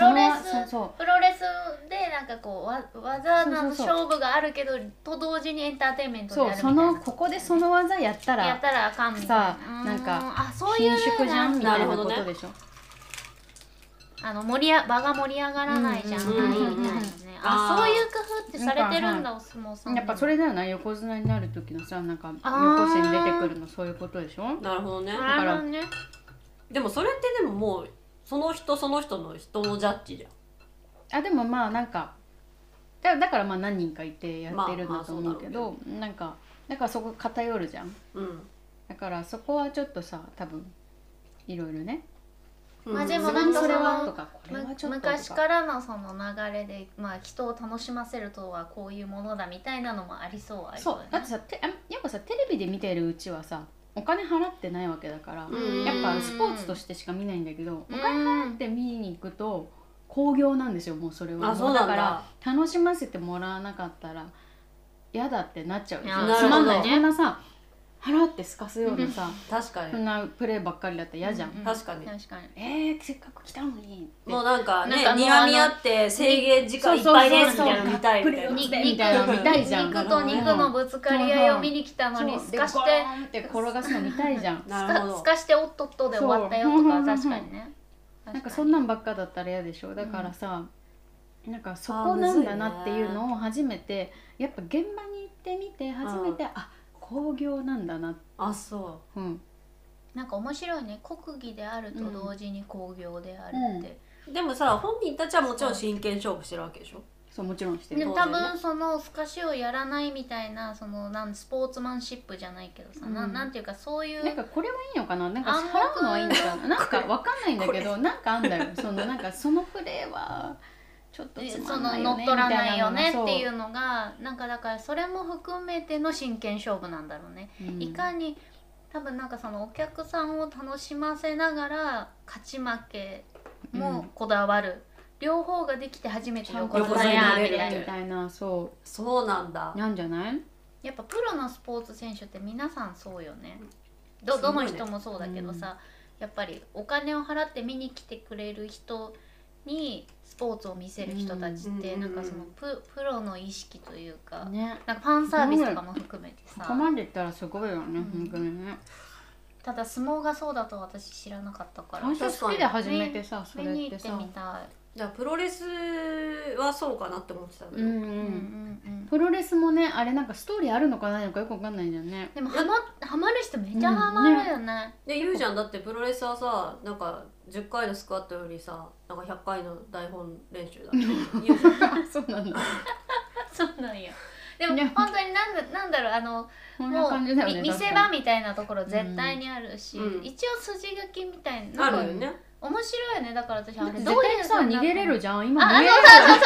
でなんかこう技の勝負があるけどと同時にエンターテインメントであるみたいな。 ここでその技やったらあかんみたいな。 さなんか貧縮じゃんみたいなことでしょ。 場が盛り上がらないじゃんみたいなね。そういう工夫ってされてるんだ、お相撲さん。 やっぱそれだよな、横綱になる時のさ、なんか横線出てくるのそういうことでしょ。 なるほどね。 だからでもそれってでももうその人のジャッジじゃん。 でもまあなんかだからまあ何人かいてやってるんだと思うけど、なんかだからそこ偏るじゃん。だからそこはちょっとさ多分いろいろね。 でもなんかそれは昔からのその流れで、人を楽しませるとはこういうものだみたいなのもありそう。 そうだってさやっぱさテレビで見てるうちはさお金払ってないわけだから、やっぱスポーツとしてしか見ないんだけど、お金払って見に行くと興行なんですよ。もうそれはだから楽しませてもらわなかったら嫌だってなっちゃう。つまんない。そんなさ払ってすかすようなさ、 確かにそんなプレーばっかりだったら嫌じゃん。 確かにせっかく来たのにもうなんかね、睨み合って制限時間いっぱいですみたいなの見たいみたいな見たいじゃん。 肉と肉のぶつかり合いを見に来たのにすかして転がすの見たいじゃん。 すかしておっとっとで終わったよとか確かにね。 なんかそんなんばっかだったら嫌でしょ。だからさ、なんかそこなんだなっていうのを初めてやっぱ現場に行ってみて初めて工業なんだな。 そう。 なんか面白いね。国技であると同時に工業であるって。 でもさ、本人たちはもちろん真剣勝負してるわけでしょ。 そうもちろんしてる。 でも多分そのすかしをやらないみたいなそのスポーツマンシップじゃないけどさ、なんていうかそういうなんかこれはいいのかな、なんか払うのはいいのかな、なんかわかんないんだけどなんかあんだよ。そのなんかそのプレーは。ちょっとその乗っ取らないよねっていうのがなんかだからそれも含めての真剣勝負なんだろうね。いかに多分なんかそのお客さんを楽しませながら勝ち負けもこだわる、両方ができて初めて横綱やみたいな。 そうなんだ。 なんじゃない？ やっぱプロのスポーツ選手って皆さんそうよね。どの人もそうだけどさ、やっぱりお金を払って見に来てくれる人にスポーツを見せる人たちってなんかそのプロの意識というか、なんかファンサービスとかも含めてさ、 ここまでいったらすごいよね、本当にね。 ただ相撲がそうだと私知らなかったから最初好きで始めてさ、それってさ見に行ってみたい。 じゃあプロレスはそうかなって思ってたけど、 プロレスもね、あれなんかストーリーあるのかないのかよくわかんないんだよね。 でもハマる人めっちゃハマるよね。 で言うじゃん、だってプロレスはさ、なんか10回のスクワットよりさ、なんか100回の台本練習だって言うじゃん。 そうなんだ。 そうなんや。でも本当になんだろう、もう見せ場みたいなところ絶対にあるし、一応筋書きみたいなあるよね。 面白いよね。だから私あれどういうさ逃げれるじゃん。今逃げれる。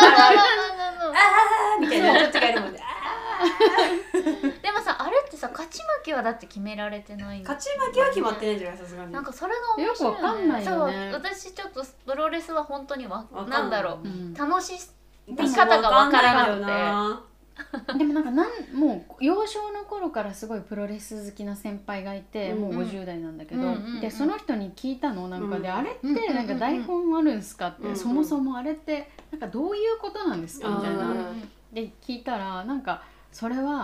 みたいな。どっちがやるもんね。 でもさ、あれってさ勝ち負けはだって決められてないんだ。 勝ち負けは決まってないんじゃない、さすがに。 なんかそれが面白いよね。 よくわかんないよね。 そう、私ちょっとプロレスは本当になんだろう、楽しみ方がわからなくて。 でもなんかもう幼少の頃からすごいプロレス好きな先輩がいて、もう50代なんだけど、でその人に聞いたのなんかで、あれってなんか台本あるんすかって、そもそもあれってなんかどういうことなんですかみたいなで聞いたら、なんかそれは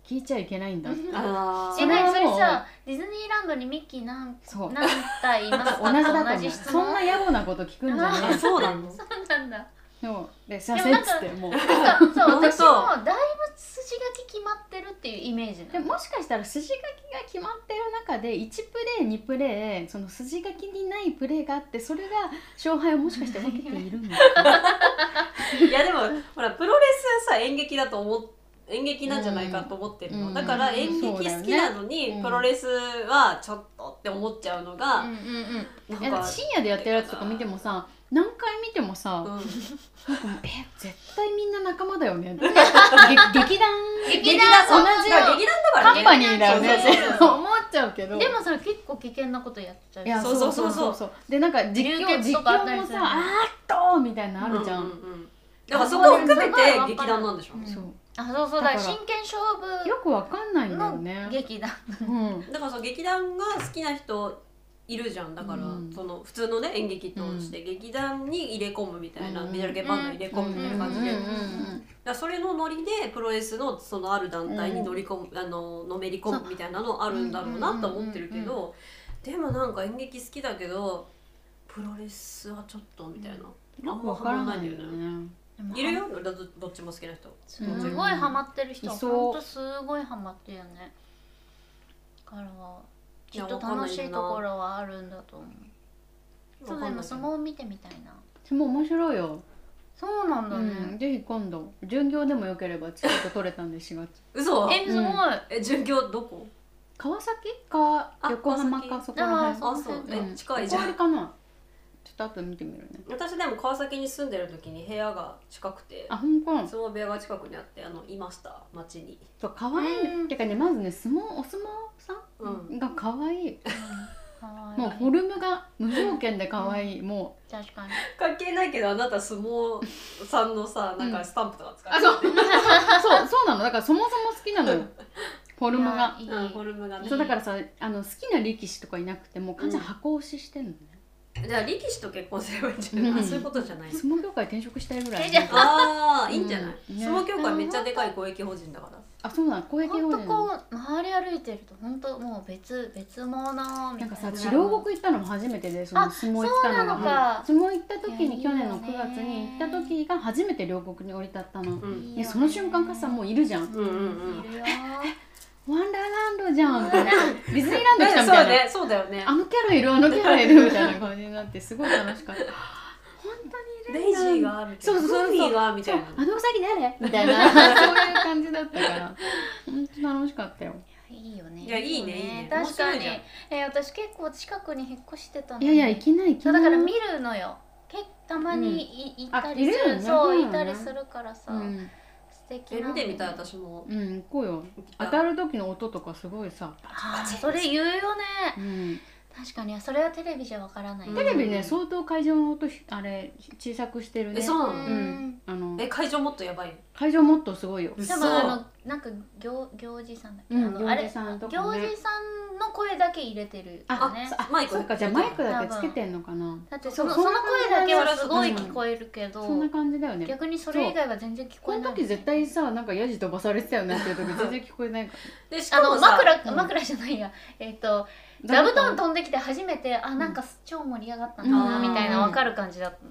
聞いちゃいけないんだ。 あそれさディズニーランドにミッキー何体いますか？ 同じだと思う。 同じ質問。 そんな野暮なこと聞くんじゃねえ。 そうなの。 そうなんだ。 で先生っつってもう。 そう私もだいぶ筋書き決まってるっていうイメージ。 でもしかしたら筋書きが決まってる中で1プレー2プレーその筋書きにないプレーがあってそれが勝敗をもしかして分けているのか。 いやでもほらプロレスさ演劇だと演劇なんじゃないかと思ってるの、だから演劇好きなのに、プロレスはちょっとって思っちゃうのが、 なんか深夜でやってるやつとか見てもさ何回見てもさ、なんか絶対みんな仲間だよね。劇団同じ劇団だからカンパニーだよねって思っちゃうけど、 でもそれ結構危険なことやっちゃう。 いやそうでなんか実況もさあーっとみたいなのあるじゃん。 だからそこを含めて劇団なんでしょ。 そうだ、真剣勝負よくわかんないんだよね。 劇団。 だからそ劇団が好きな人いるじゃん。だからその普通のね演劇として劇団に入れ込むみたいな、ビジュアル系バンドに入れ込むみたいな感じで、だからそれのノリでプロレスのそのある団体にのめり込むみたいなのあるんだろうなと思ってるけど、でもなんか演劇好きだけどプロレスはちょっとみたいな、あんまハマんないんだよね。いるよ、どっちも好きな人。 すごいハマってる人はほんとすごいハマってるよね。だからきっと楽しいところはあるんだと思う。そう、でも相撲見てみたいな。 相撲面白いよ。 そうなんだね。 ぜひ今度巡業でもよければチケット取れたんで4月。 嘘？ すごい。 巡業どこ？ 川崎か横浜かそこら辺。 あ、そう。近いじゃん。 ここかな。ちょっと後見てみるね。 私でも川崎に住んでる時に部屋が近くて、 ほんと。 相撲部屋が近くにあっていました町に。 そう可愛い。てかねまずねお相撲さんが可愛い。もうフォルムが無条件で可愛い。もう確かに関係ないけどあなた相撲さんのさなんかスタンプとか使って。 そうなの。だからそもそも好きなのよ。フォルムが。 フォルムがね。 そうだからさ好きな力士とかいなくても完全に箱推ししてんのね。 じゃあ力士と結婚すればいいんじゃない？そういうことじゃない。 相撲協会転職したいぐらい。 ああいいんじゃない？相撲協会めっちゃでかい公益法人だから。 あ、そうなの。公益法人。 本当こう周り歩いてると本当もう別物みたいな。 なんかさ、治療国行ったのも初めてで、その相撲行ったのが。相撲行った時に去年の9月に行った時が初めて両国に降り立ったの。でその瞬間からさもういるじゃん。いるよ。ワンダーランドじゃんみたいな。ディズニーランド来たみたいな。 そうだよね。 あのキャラいるみたいな感じになってすごい楽しかった。本当にレイジーがみたいな。 そうグミがみたいな。 あのウサギ誰みたいなそういう感じだったから本当楽しかったよ。 いいよね。 いやいいね。 確かに。私結構近くに引っ越してたの。 いや行きない。 だから見るのよ。たまにいたりする。そういたりするからさ。 見てみたい私も。 行こうよ。当たる時の音とかすごいさ。 それ言うよね。確かにそれはテレビじゃわからない。 テレビね相当会場の音あれ小さくしてるね。 そうなの？会場もっとやばい。 会場もっとすごいよ。 多分なんか行司さんだっけ？ 行司さんとかね。 行司さんの声だけ入れてるよね。 マイク。 そうかじゃあマイクだけつけてんのかな。 だってその声だけはすごい聞こえるけど。 そんな感じだよね。 逆にそれ以外は全然聞こえない。 この時絶対さなんかヤジ飛ばされてたよねっていう時全然聞こえないから。でしかも枕じゃないや。座布団飛んできて初めてなんか超盛り上がったんだなみたいな分かる感じだった。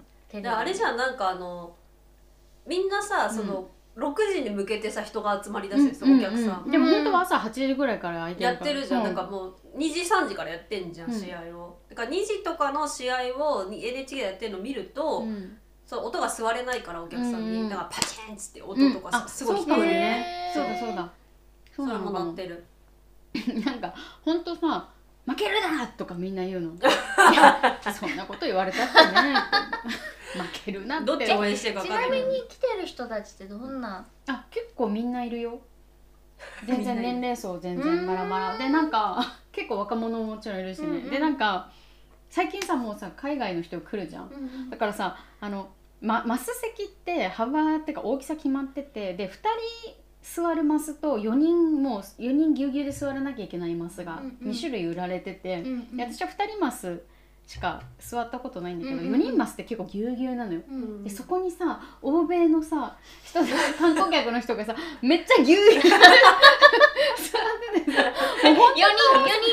あれじゃんなんかみんなさその6時に向けてさ人が集まりだしてお客さん。 でも本当は朝8時ぐらいから空いてるからやってるじゃん。なんかもう2時3時からやってんじゃん試合を。だから2時とかの試合を NHK でやってるの見るとそう音が吸われないからお客さんにだからパチンっつって音とかさすごい聞こえるね。 そうだ。 それも鳴ってる。 なんか本当さ負けるなとかみんな言うの。いやそんなこと言われたってね。負けるなって。 どっち応援してるか分かんない。 ちなみに来てる人たちってどんな？ 結構みんないるよ。全然年齢層全然バラバラでなんか結構若者ももちろんいるしね。でなんか最近さもうさ海外の人来るじゃん。だからさマス席って幅ってか大きさ決まっててで2人座るマスと4人ぎゅうぎゅうで座らなきゃいけないマスが2種類売られてて、で私は2人マスしか座ったことないんだけど、4人マスって結構ぎゅうぎゅうなのよ。でそこにさ欧米のさ観光客の人がさめっちゃぎゅうぎゅう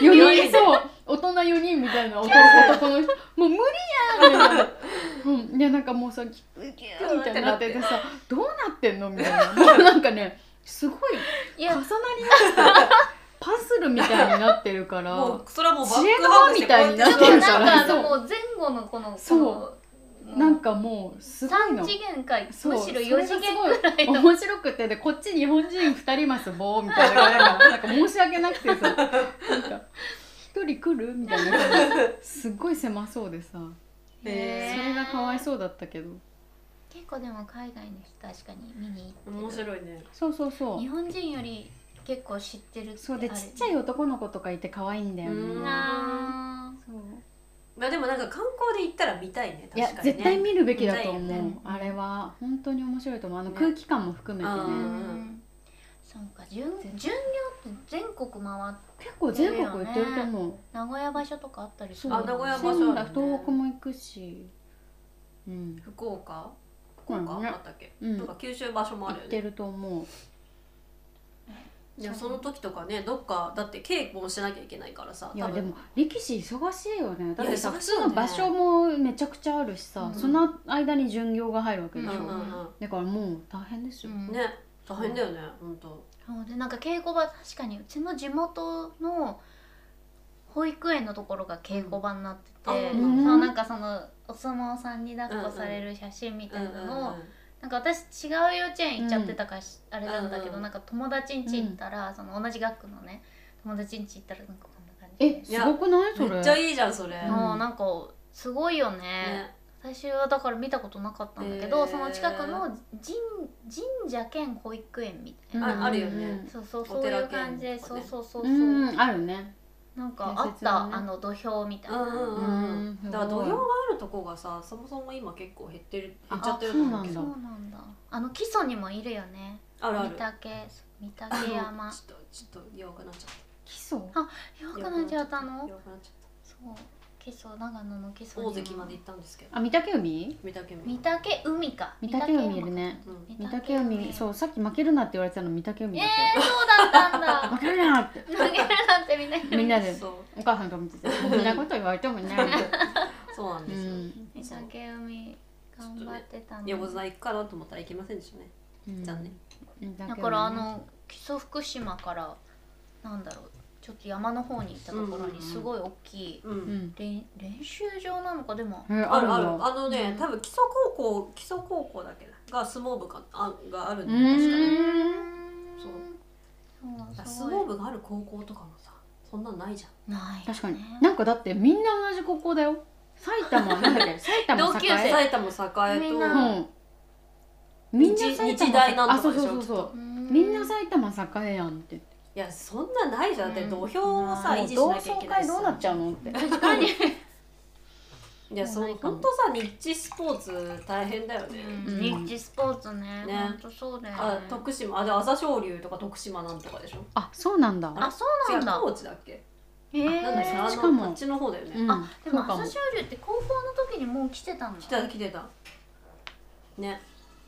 4人そう大人4人みたいな男の人もう無理やんみたいな、うん、いやなんかもうさギュッギュッみたいになっててさどうなってんのみたいなもうなんかねすごい重なりなってパズルみたいになってるからもうそれはもうバッ知恵クハグしてみたいになってでもるかなんからそうもう前後のこのそうなんかもうすごいの 3次元かそうむしろ4次元くらいのそれがすごい面白くてでこっち日本人2人ます棒みたいななんか申し訳なくてさなんか1人来るみたいな感じすっごい狭そうでさそれがかわいそうだったけど結構でも海外の人確かに見に行ってる面白いね。 そうそうそう日本人より結構知ってるってそうでちっちゃい男の子とかいて可愛いんだよねそうまあでもなんか観光で行ったら見たいね。 いや確かにね。 絶対見るべきだと思う、 見たいよねあれは本当に面白いと思うね空気感も含めてねそうか巡業って全国回っ結構全国行ってると思う名古屋場所とかあったりするあ名古屋場所仙台東北も行くしうん福岡あったっけ、 うんとか九州場所もあるよね。 行ってると思ういやその時とかねどっかだって稽古もしなきゃいけないからさ。 いやでも力士忙しいよねだってさ普いや忙しいよね通の場所もめちゃくちゃあるしさ、その間に巡業が入るわけでしょ、だからもう大変ですよ、 ね大変だよね本当。 そうでなんか稽古場確かにうちの地元の保育園のところが稽古場になってて、そうなんかそのお相撲さんに抱っこされる写真みたいなのを、なんか私違う幼稚園行っちゃってたから、あれなんだけど、なんか友達ん家行ったら、その同じ学区のね友達ん家行ったらなんかこんな感じですごくないそれめっちゃいいじゃんそれ。 なんかすごいよね。私はだから見たことなかったんだけど、その近くの神社兼保育園みたいな、 あるよね。 そういう感じで、そうあるねなんかあった、あの土俵みたいな、 だから土俵があるとこがさそもそも今結構減っちゃってると思うけど。 そうなんだ。基礎にもいるよね。 あるある。 御嶽山。 ちょっと弱くなっちゃった。 基礎弱くなっちゃったの？ 弱くなっちゃった。 そう基礎長野の基礎大関まで行ったんですけど。 御嶽海御嶽海か。 御嶽海いるね。御嶽海そうさっき負けるなって言われてたの御嶽海だっそうだったんだ。 負けるなって負けるなんてみんなでお母さんと見ててそんなこと言われてもねそうなんですよ。 御嶽海頑張ってたね。 横綱行くかなと思ったら行けませんでしたね。残念。 だから木曽福島からなんだろうちょっと山の方に行ったところにすごい大きい練習場なのかでもある多分基礎高校だけが相撲部があるんで確かに。そう相撲部がある高校とかもさそんなんないじゃん。 ない確かになんかだってみんな同じ高校だよ埼玉なんだっけ埼玉栄埼玉栄とみんな日大なんとかでしょ。 そうみんな埼玉栄やんって言って。 いやそんなないじゃん。だって土俵をさ維持しなきゃいけないしさ。 どうなっちゃうのって確かに。 いやそう本当さ日地スポーツ大変だよね。 日地スポーツね。本当そうだよね。 徳島で朝青龍とか徳島なんとかでしょ。 あそうなんだ。 あそうなんだ。 高知だっけ。 なんだっけしかもあっちの方だよね。 あでも朝青龍って高校の時にもう来てたんだ。 来てた。ね。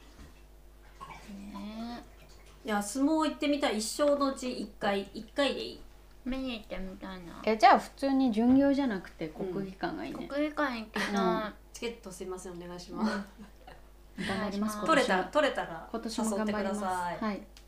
いや相撲行ってみたい。一生のうち1回でいい。 見に行ってみたいな。 じゃあ普通に巡業じゃなくて国技館がいいね。 国技館行きたい。 チケットすいませんお願いします。 頑張ります。 取れたら今年も頑張ります。はい。